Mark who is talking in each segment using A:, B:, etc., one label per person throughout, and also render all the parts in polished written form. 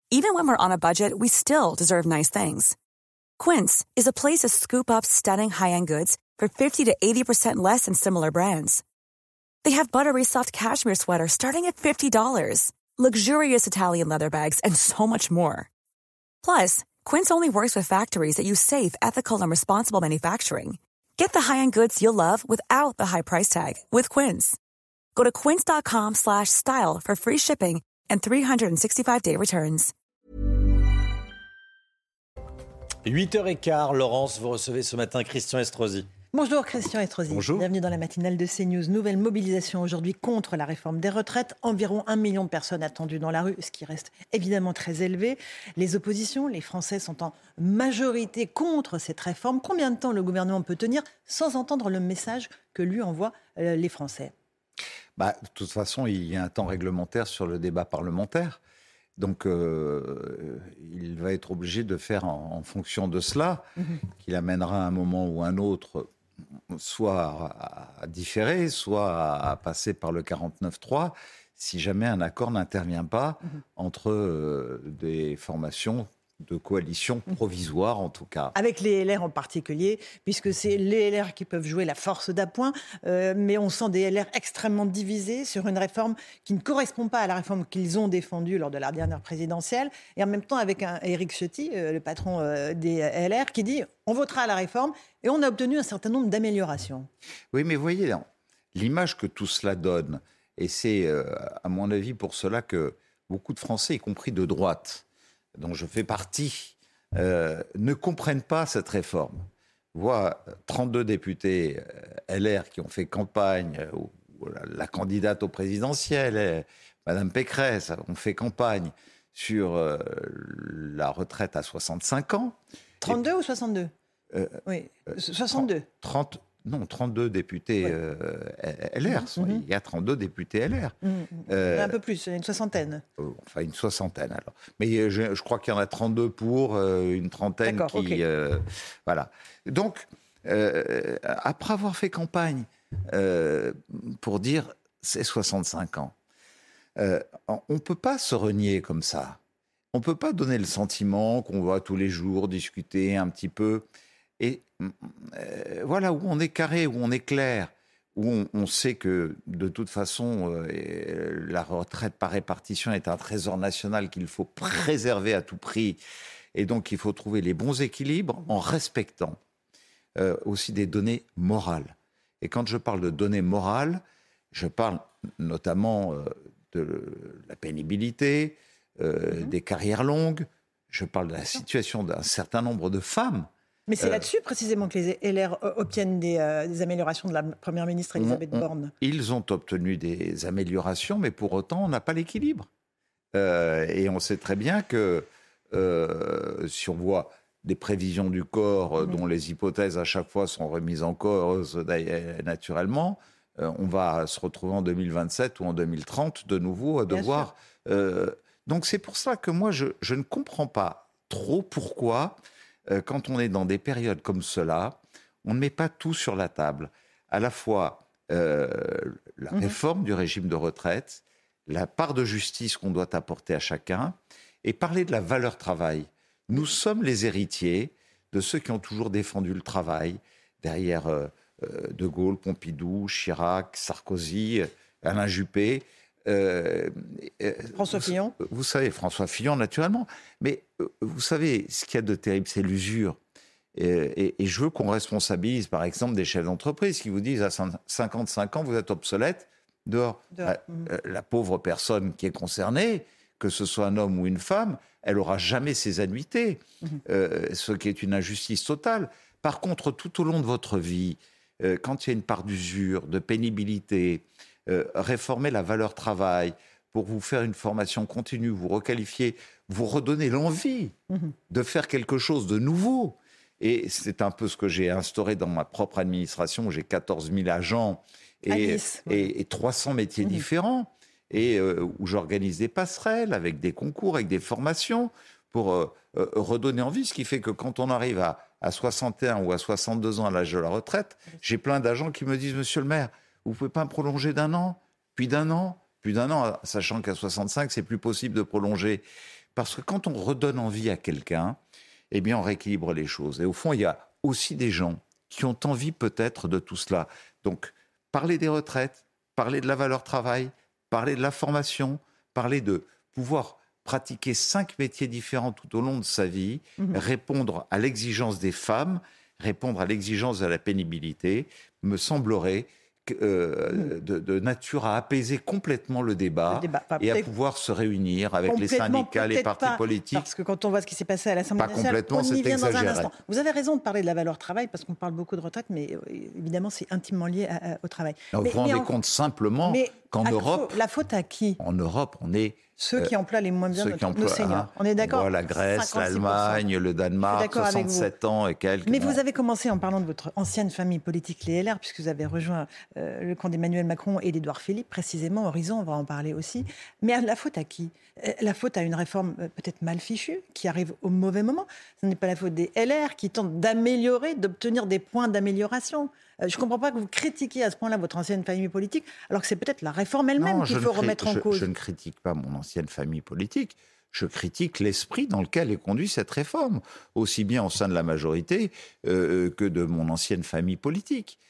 A: Even when we're on a budget, we still deserve nice things. Quince is a place to scoop up stunning high-end goods for 50 to 80% less than similar brands. They have buttery soft cashmere sweaters starting at $50, luxurious Italian leather bags, and so much more. Plus, Quince only works with factories that use safe, ethical, and responsible manufacturing. Get the high-end goods you'll love without the high price tag with Quince. Go to quince.com/style for free shipping and 365-day returns.
B: 8h15, Laurence, vous recevez ce matin Christian Estrosi.
C: Bonjour Christian Estrosi.
B: Bonjour.
C: Bienvenue dans la matinale de CNews. Nouvelle mobilisation aujourd'hui contre la réforme des retraites. Environ 1 million de personnes attendues dans la rue, ce qui reste évidemment très élevé. Les oppositions, les Français sont en majorité contre cette réforme. Combien de temps le gouvernement peut tenir sans entendre le message que lui envoient les Français ?
D: De toute façon, il y a un temps réglementaire sur le débat parlementaire. Donc, il va être obligé de faire en fonction de cela, qu'il amènera à un moment ou un autre, soit à différer, soit à passer par le 49.3, si jamais un accord n'intervient pas entre des formations de coalition provisoire, en tout cas.
C: Avec les LR en particulier, puisque c'est les LR qui peuvent jouer la force d'appoint, mais on sent des LR extrêmement divisés sur une réforme qui ne correspond pas à la réforme qu'ils ont défendue lors de la dernière présidentielle, et en même temps avec un Éric Ciotti, le patron des LR, qui dit « on votera à la réforme » et on a obtenu un certain nombre d'améliorations.
D: Oui, mais voyez, l'image que tout cela donne, et c'est, à mon avis, pour cela que beaucoup de Français, y compris de droite, dont je fais partie, ne comprennent pas cette réforme. On voit 32 députés LR qui ont fait campagne, ou la candidate au présidentiel, Madame Pécresse, ont fait campagne sur la retraite à 65 ans.
C: 32 ou 62 Oui, 62.
D: 32 députés LR. Il y a 32 députés LR.
C: Un peu plus, une soixantaine.
D: Enfin, une soixantaine, alors. Mais je crois qu'il y en a 32 pour, une trentaine qui...
C: Okay.
D: Voilà. Donc, après avoir fait campagne pour dire c'est 65 ans, on ne peut pas se renier comme ça. On ne peut pas donner le sentiment qu'on va tous les jours discuter un petit peu... Et voilà, où on est carré, où on est clair, où on sait que de toute façon, la retraite par répartition est un trésor national qu'il faut préserver à tout prix. Et donc, il faut trouver les bons équilibres en respectant aussi des données morales. Et quand je parle de données morales, je parle notamment de la pénibilité, des carrières longues, je parle de la situation d'un certain nombre de femmes.
C: Mais c'est là-dessus précisément que les LR obtiennent des améliorations de la Première ministre Elisabeth Borne.
D: Ils ont obtenu des améliorations, mais pour autant, on n'a pas l'équilibre. Et on sait très bien que si on voit des prévisions du corps dont les hypothèses à chaque fois sont remises en cause naturellement, on va se retrouver en 2027 ou en 2030 de nouveau à devoir... donc c'est pour ça que moi, je ne comprends pas trop pourquoi... quand on est dans des périodes comme cela, on ne met pas tout sur la table. À la fois la réforme du régime de retraite, la part de justice qu'on doit apporter à chacun, et parler de la valeur travail. Nous sommes les héritiers de ceux qui ont toujours défendu le travail, derrière De Gaulle, Pompidou, Chirac, Sarkozy, Alain Juppé.
C: François Fillon.
D: Vous savez, François Fillon, naturellement. Mais vous savez, ce qu'il y a de terrible, c'est l'usure. Et je veux qu'on responsabilise, par exemple, des chefs d'entreprise qui vous disent à 55 ans, vous êtes obsolète, dehors. La pauvre personne qui est concernée, que ce soit un homme ou une femme, elle n'aura jamais ses annuités, ce qui est une injustice totale. Par contre, tout au long de votre vie, quand il y a une part d'usure, de pénibilité, réformer la valeur travail pour vous faire une formation continue, vous requalifier, vous redonner l'envie de faire quelque chose de nouveau. Et c'est un peu ce que j'ai instauré dans ma propre administration, où j'ai 14 000 agents et 300 métiers différents, et où j'organise des passerelles avec des concours, avec des formations, pour redonner envie, ce qui fait que quand on arrive à 61 ou à 62 ans à l'âge de la retraite, j'ai plein d'agents qui me disent « Monsieur le maire, vous ne pouvez pas me prolonger d'un an, puis d'un an, sachant qu'à 65, c'est plus possible de prolonger. Parce que quand on redonne envie à quelqu'un, eh bien, on rééquilibre les choses. Et au fond, il y a aussi des gens qui ont envie peut-être de tout cela. Donc, parler des retraites, parler de la valeur travail, parler de la formation, parler de pouvoir pratiquer 5 métiers différents tout au long de sa vie, répondre à l'exigence des femmes, répondre à l'exigence de la pénibilité, me semblerait de nature à apaiser complètement le débat et à pouvoir se réunir avec les syndicats, les partis politiques.
C: Parce que quand on voit ce qui s'est passé à l'Assemblée nationale, on y vient dans un instant. Vous avez raison de parler de la valeur travail, parce qu'on parle beaucoup de retraite, mais évidemment, c'est intimement lié au travail.
D: Vous vous rendez compte simplement qu'en Europe...
C: La faute à qui ?
D: En Europe, on est...
C: Ceux qui emploient les moins bien nos seniors. On est d'accord ?
D: La Grèce, 56%. L'Allemagne, le Danemark, 67 ans et quelques.
C: Mais vous avez commencé en parlant de votre ancienne famille politique, les LR, puisque vous avez rejoint le camp d'Emmanuel Macron et d'Édouard Philippe, précisément, Horizon, on va en parler aussi. Mais la faute à qui ? La faute à une réforme peut-être mal fichue, qui arrive au mauvais moment. Ce n'est pas la faute des LR qui tentent d'améliorer, d'obtenir des points d'amélioration. Je ne comprends pas que vous critiquiez à ce point-là votre ancienne famille politique, alors que c'est peut-être la réforme elle-même qu'il faut remettre en cause.
D: Je ne critique pas mon ancienne famille politique. Je critique l'esprit dans lequel est conduite cette réforme, aussi bien au sein de la majorité que de mon ancienne famille politique.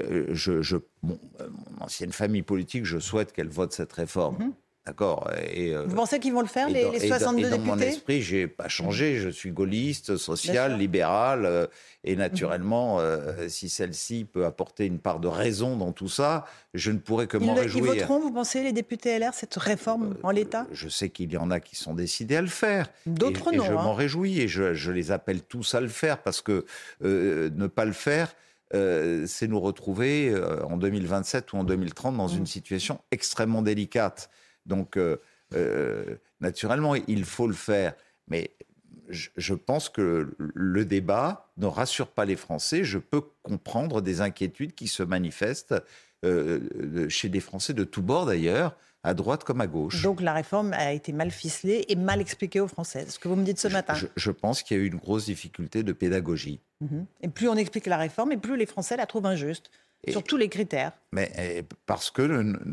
D: Mon ancienne famille politique, je souhaite qu'elle vote cette réforme. D'accord.
C: Vous pensez qu'ils vont le faire, les 62 députés ?
D: Dans mon esprit, je n'ai pas changé. Je suis gaulliste, social, libéral. Et naturellement, si celle-ci peut apporter une part de raison dans tout ça, je ne pourrais que m'en réjouir.
C: Ils voteront, vous pensez, les députés LR, cette réforme en l'état ?
D: Je sais qu'il y en a qui sont décidés à le faire.
C: D'autres non.
D: Et je m'en réjouis. Et je les appelle tous à le faire, parce que ne pas le faire, c'est nous retrouver en 2027 ou en 2030 dans une situation extrêmement délicate. Donc, naturellement, il faut le faire. Mais je pense que le débat ne rassure pas les Français. Je peux comprendre des inquiétudes qui se manifestent chez des Français de tous bords, d'ailleurs, à droite comme à gauche.
C: Donc, la réforme a été mal ficelée et mal expliquée aux Français. Ce que vous me dites ce matin.
D: Je pense qu'il y a eu une grosse difficulté de pédagogie.
C: Et plus on explique la réforme, et plus les Français la trouvent injuste. Sur tous les critères.
D: Mais parce que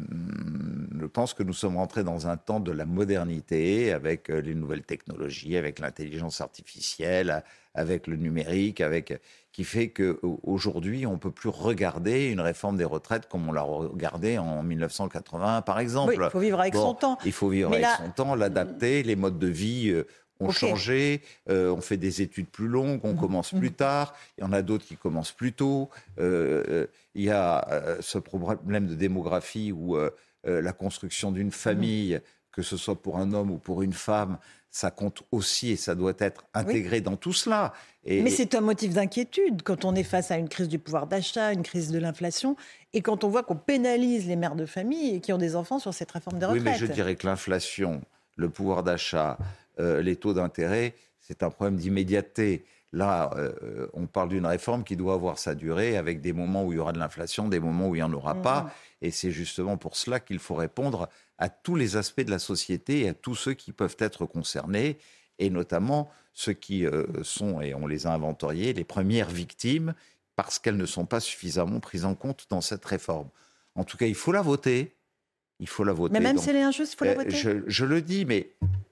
D: je pense que nous sommes rentrés dans un temps de la modernité, avec les nouvelles technologies, avec l'intelligence artificielle, avec le numérique, qui fait qu'aujourd'hui, on ne peut plus regarder une réforme des retraites comme on l'a regardé en 1981, par exemple.
C: Oui, il faut vivre avec son temps.
D: Il faut vivre avec son temps, l'adapter, les modes de vie... ont changé, on fait des études plus longues, on commence plus tard, il y en a d'autres qui commencent plus tôt. Il y a ce problème de démographie où la construction d'une famille, que ce soit pour un homme ou pour une femme, ça compte aussi et ça doit être intégré dans tout cela.
C: Mais c'est un motif d'inquiétude quand on est face à une crise du pouvoir d'achat, une crise de l'inflation, et quand on voit qu'on pénalise les mères de famille qui ont des enfants sur cette réforme des retraites.
D: Oui, mais je dirais que l'inflation, le pouvoir d'achat, les taux d'intérêt, c'est un problème d'immédiateté. Là, on parle d'une réforme qui doit avoir sa durée, avec des moments où il y aura de l'inflation, des moments où il n'y en aura pas. Et c'est justement pour cela qu'il faut répondre à tous les aspects de la société et à tous ceux qui peuvent être concernés, et notamment ceux qui sont, et on les a inventoriés, les premières victimes, parce qu'elles ne sont pas suffisamment prises en compte dans cette réforme. En tout cas, il faut la voter. Il faut la voter.
C: Mais même si elle est injuste, il faut la voter.
D: Je le dis, mais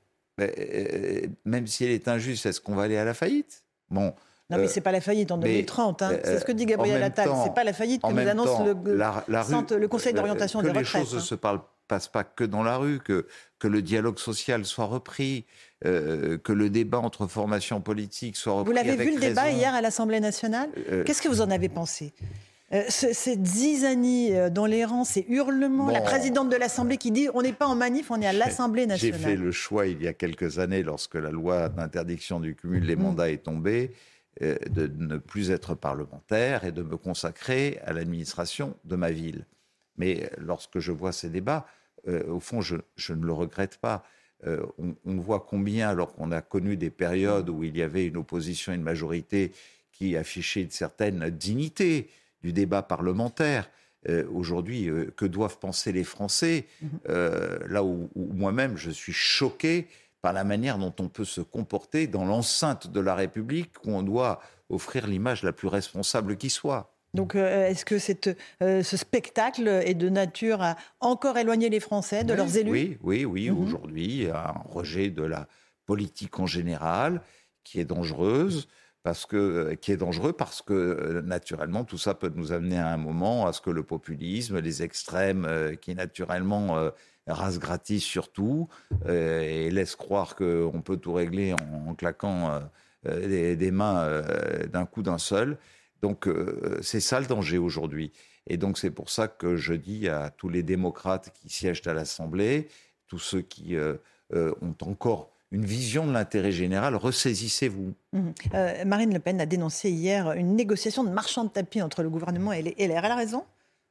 D: même si elle est injuste, est-ce qu'on va aller à la faillite ? Bon,
C: non, mais ce n'est pas la faillite en 2030. C'est ce que dit Gabriel Attal. Ce n'est pas la faillite que nous annonce le Conseil d'orientation des retraites.
D: Que les choses ne se passent pas que dans la rue, que le dialogue social soit repris, que le débat entre formations politiques soit repris.
C: Vous l'avez vu le débat
D: raison.
C: hier à l'Assemblée nationale ? Qu'est-ce que vous en avez pensé ? Cette zizanie dans les rangs, ces hurlements, la présidente de l'Assemblée qui dit on n'est pas en manif, on est à l'Assemblée nationale.
D: J'ai fait le choix il y a quelques années, lorsque la loi d'interdiction du cumul des mandats est tombée, de ne plus être parlementaire et de me consacrer à l'administration de ma ville. Mais lorsque je vois ces débats, au fond, je ne le regrette pas. On voit combien, alors qu'on a connu des périodes où il y avait une opposition et une majorité qui affichaient une certaine dignité du débat parlementaire. Aujourd'hui, que doivent penser les Français ? Là où moi-même, je suis choqué par la manière dont on peut se comporter dans l'enceinte de la République, où on doit offrir l'image la plus responsable qui soit.
C: Donc, est-ce que ce spectacle est de nature à encore éloigner les Français de leurs élus ?
D: Oui. Aujourd'hui, il y a un rejet de la politique en général, qui est dangereux parce que naturellement tout ça peut nous amener à un moment à ce que le populisme, les extrêmes qui naturellement rasent gratis surtout et laissent croire qu'on peut tout régler en claquant des mains d'un coup d'un seul. Donc c'est ça le danger aujourd'hui. Et donc c'est pour ça que je dis à tous les démocrates qui siègent à l'Assemblée, tous ceux qui ont encore une vision de l'intérêt général, ressaisissez-vous.
C: Marine Le Pen a dénoncé hier une négociation de marchand de tapis entre le gouvernement et les LR. Elle a raison ?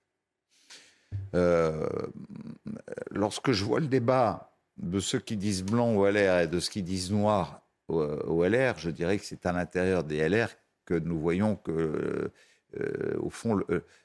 D: Lorsque je vois le débat de ceux qui disent blanc au LR et de ceux qui disent noir au LR, je dirais que c'est à l'intérieur des LR que nous voyons que, au fond,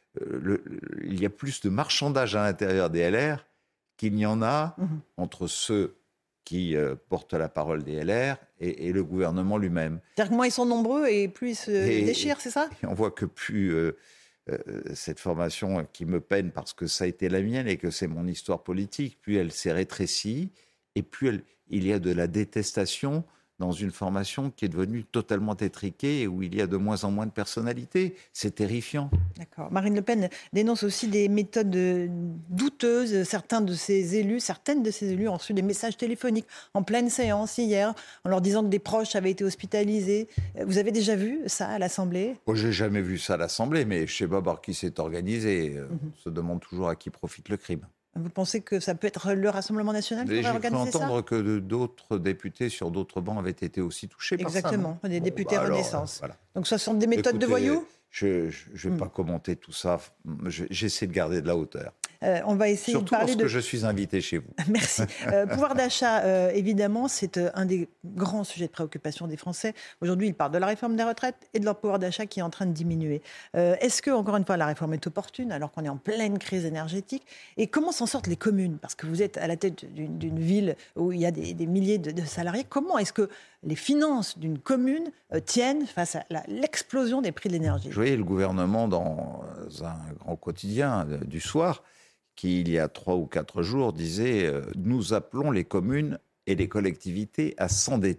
D: il y a plus de marchandage à l'intérieur des LR qu'il n'y en a entre ceux qui portent la parole des LR et le gouvernement lui-même.
C: C'est-à-dire que moins ils sont nombreux et plus ils se déchirent, c'est ça ?
D: Et on voit que plus cette formation qui me peine parce que ça a été la mienne et que c'est mon histoire politique, plus elle s'est rétrécie et plus il y a de la détestation dans une formation qui est devenue totalement étriquée et où il y a de moins en moins de personnalité. C'est terrifiant.
C: D'accord. Marine Le Pen dénonce aussi des méthodes douteuses. Certaines de ses élus ont reçu des messages téléphoniques en pleine séance hier, en leur disant que des proches avaient été hospitalisés. Vous avez déjà vu ça à l'Assemblée ?
D: Je n'ai jamais vu ça à l'Assemblée, mais je ne sais pas par qui c'est organisé. On se demande toujours à qui profite le crime.
C: Vous pensez que ça peut être le Rassemblement national qui aurait organisé ça ?
D: J'ai cru entendre que d'autres députés sur d'autres bancs avaient été aussi touchés par ça.
C: Exactement, des députés Renaissance. Voilà. Donc ce sont des méthodes de voyous ?
D: Je ne vais pas commenter tout ça. J'essaie de garder de la hauteur.
C: On va essayer
D: surtout
C: de parler
D: lorsque je suis invité chez vous.
C: Merci. Pouvoir d'achat, évidemment, c'est un des grands sujets de préoccupation des Français. Aujourd'hui, ils parlent de la réforme des retraites et de leur pouvoir d'achat qui est en train de diminuer. Est-ce que, encore une fois, la réforme est opportune alors qu'on est en pleine crise énergétique ? Et comment s'en sortent les communes ? Parce que vous êtes à la tête d'une ville où il y a des milliers de salariés. Comment est-ce que les finances d'une commune tiennent face à l'explosion des prix de l'énergie ?
D: Je voyais le gouvernement dans un grand quotidien du soir qui, il y a 3 ou 4 jours, disait « Nous appelons les communes et les collectivités à s'endetter ».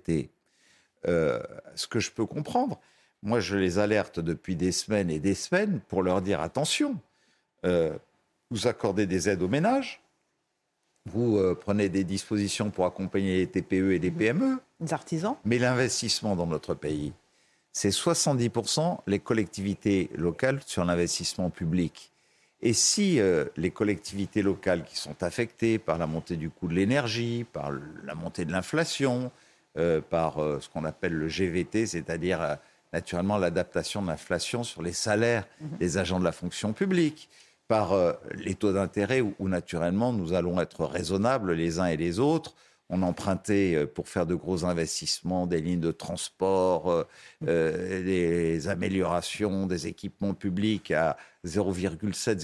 D: Ce que je peux comprendre, moi je les alerte depuis des semaines et des semaines pour leur dire « Attention, vous accordez des aides aux ménages, vous prenez des dispositions pour accompagner les TPE et les PME,
C: les artisans.
D: Mais l'investissement dans notre pays, c'est 70% les collectivités locales sur l'investissement public. Et si les collectivités locales qui sont affectées par la montée du coût de l'énergie, par la montée de l'inflation, par ce qu'on appelle le GVT, c'est-à-dire naturellement l'adaptation de l'inflation sur les salaires des agents de la fonction publique, par les taux d'intérêt où naturellement nous allons être raisonnables les uns et les autres. On empruntait pour faire de gros investissements, des lignes de transport, des améliorations des équipements publics à 0,7,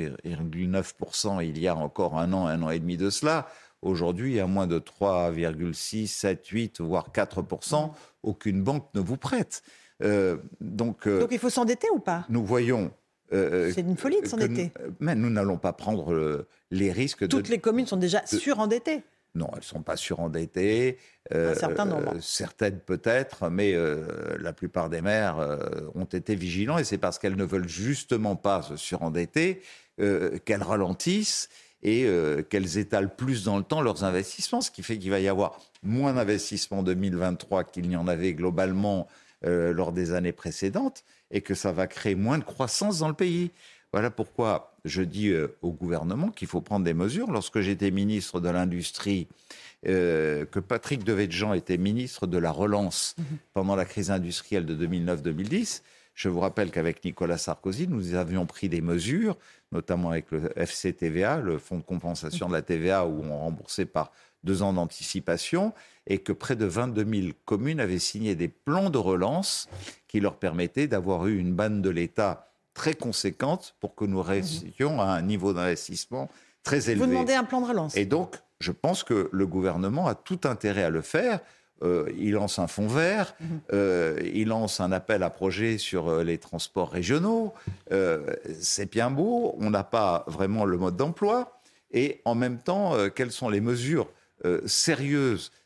D: 0,9% il y a encore un an et demi de cela. Aujourd'hui, à moins de 3,6, 7, 8, voire 4%, aucune banque ne vous prête. Donc
C: il faut s'endetter ou pas ?
D: Nous voyons...
C: c'est une folie de s'endetter.
D: Mais nous n'allons pas prendre les risques.
C: Toutes les communes sont déjà surendettées.
D: Non, elles ne sont pas surendettées.
C: Un certain nombre.
D: Certaines peut-être, mais la plupart des maires ont été vigilants et c'est parce qu'elles ne veulent justement pas se surendetter qu'elles ralentissent et qu'elles étalent plus dans le temps leurs investissements, ce qui fait qu'il va y avoir moins d'investissements en 2023 qu'il n'y en avait globalement lors des années précédentes et que ça va créer moins de croissance dans le pays. Voilà pourquoi je dis au gouvernement qu'il faut prendre des mesures. Lorsque j'étais ministre de l'Industrie, que Patrick Devedjian était ministre de la Relance pendant la crise industrielle de 2009-2010, je vous rappelle qu'avec Nicolas Sarkozy, nous avions pris des mesures, notamment avec le FCTVA, le Fonds de compensation de la TVA, où on remboursait par 2 ans d'anticipation, et que près de 22 000 communes avaient signé des plans de relance qui leur permettaient d'avoir eu une manne de l'État très conséquente pour que nous restions à un niveau d'investissement très élevé.
C: Vous demandez un plan de relance.
D: Et donc, je pense que le gouvernement a tout intérêt à le faire. Il lance un fonds vert, il lance un appel à projets sur les transports régionaux. C'est bien beau, on n'a pas vraiment le mode d'emploi. Et en même temps, quelles sont les mesures sérieuses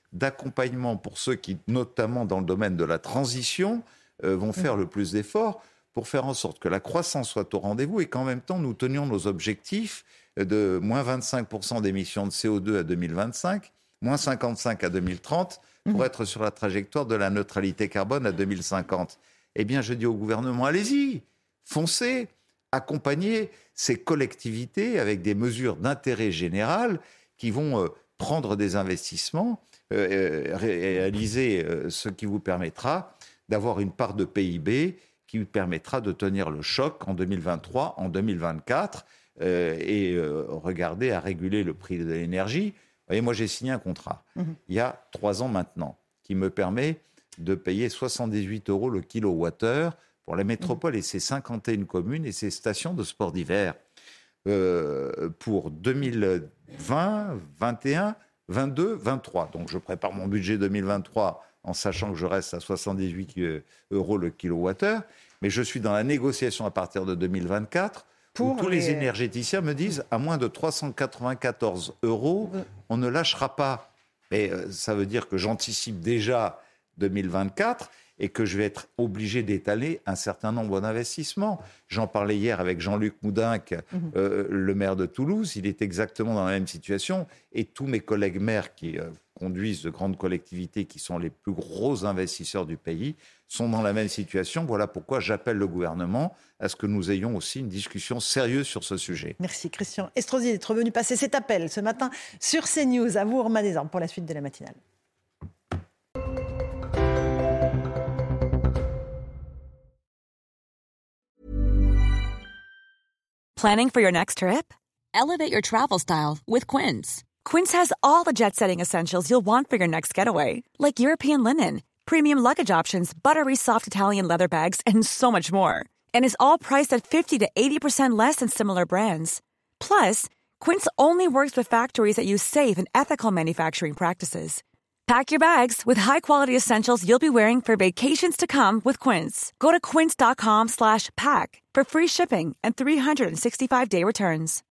D: d'accompagnement pour ceux qui, notamment dans le domaine de la transition, vont faire le plus d'efforts pour faire en sorte que la croissance soit au rendez-vous et qu'en même temps, nous tenions nos objectifs de moins 25% d'émissions de CO2 à 2025, moins 55 à 2030, pour être sur la trajectoire de la neutralité carbone à 2050. Eh bien, je dis au gouvernement, allez-y, foncez, accompagnez ces collectivités avec des mesures d'intérêt général qui vont prendre des investissements, réaliser ce qui vous permettra d'avoir une part de PIB qui vous permettra de tenir le choc en 2023, en 2024, regarder à réguler le prix de l'énergie. Vous voyez, moi, j'ai signé un contrat, il y a 3 ans maintenant, qui me permet de payer 78 € le kilowattheure pour la métropole et ses 51 communes et ses stations de sport d'hiver. Pour 2020, 21, 22, 23. Donc, je prépare mon budget 2023 en sachant que je reste à 78 € le kilowattheure. Mais je suis dans la négociation à partir de 2024 où tous les énergéticiens me disent à moins de 394 €, on ne lâchera pas. Mais ça veut dire que j'anticipe déjà 2024 et que je vais être obligé d'étaler un certain nombre d'investissements. J'en parlais hier avec Jean-Luc Moudenc, le maire de Toulouse. Il est exactement dans la même situation. Et tous mes collègues maires qui conduisent de grandes collectivités, qui sont les plus gros investisseurs du pays, sont dans la même situation. Voilà pourquoi j'appelle le gouvernement à ce que nous ayons aussi une discussion sérieuse sur ce sujet.
C: Merci Christian Estrosi d'être venu passer cet appel ce matin sur CNews. À vous, Romain Desarmes, pour la suite de la matinale.
A: Planning for your next trip?
E: Elevate your travel style with Quince.
A: Quince has all the jet-setting essentials you'll want for your next getaway, like European linen, premium luggage options, buttery soft Italian leather bags, and so much more. And is all priced at 50 to 80% less than similar brands. Plus, Quince only works with factories that use safe and ethical manufacturing practices. Pack your bags with high-quality essentials you'll be wearing for vacations to come with Quince. Go to quince.com/pack for free shipping and 365-day returns.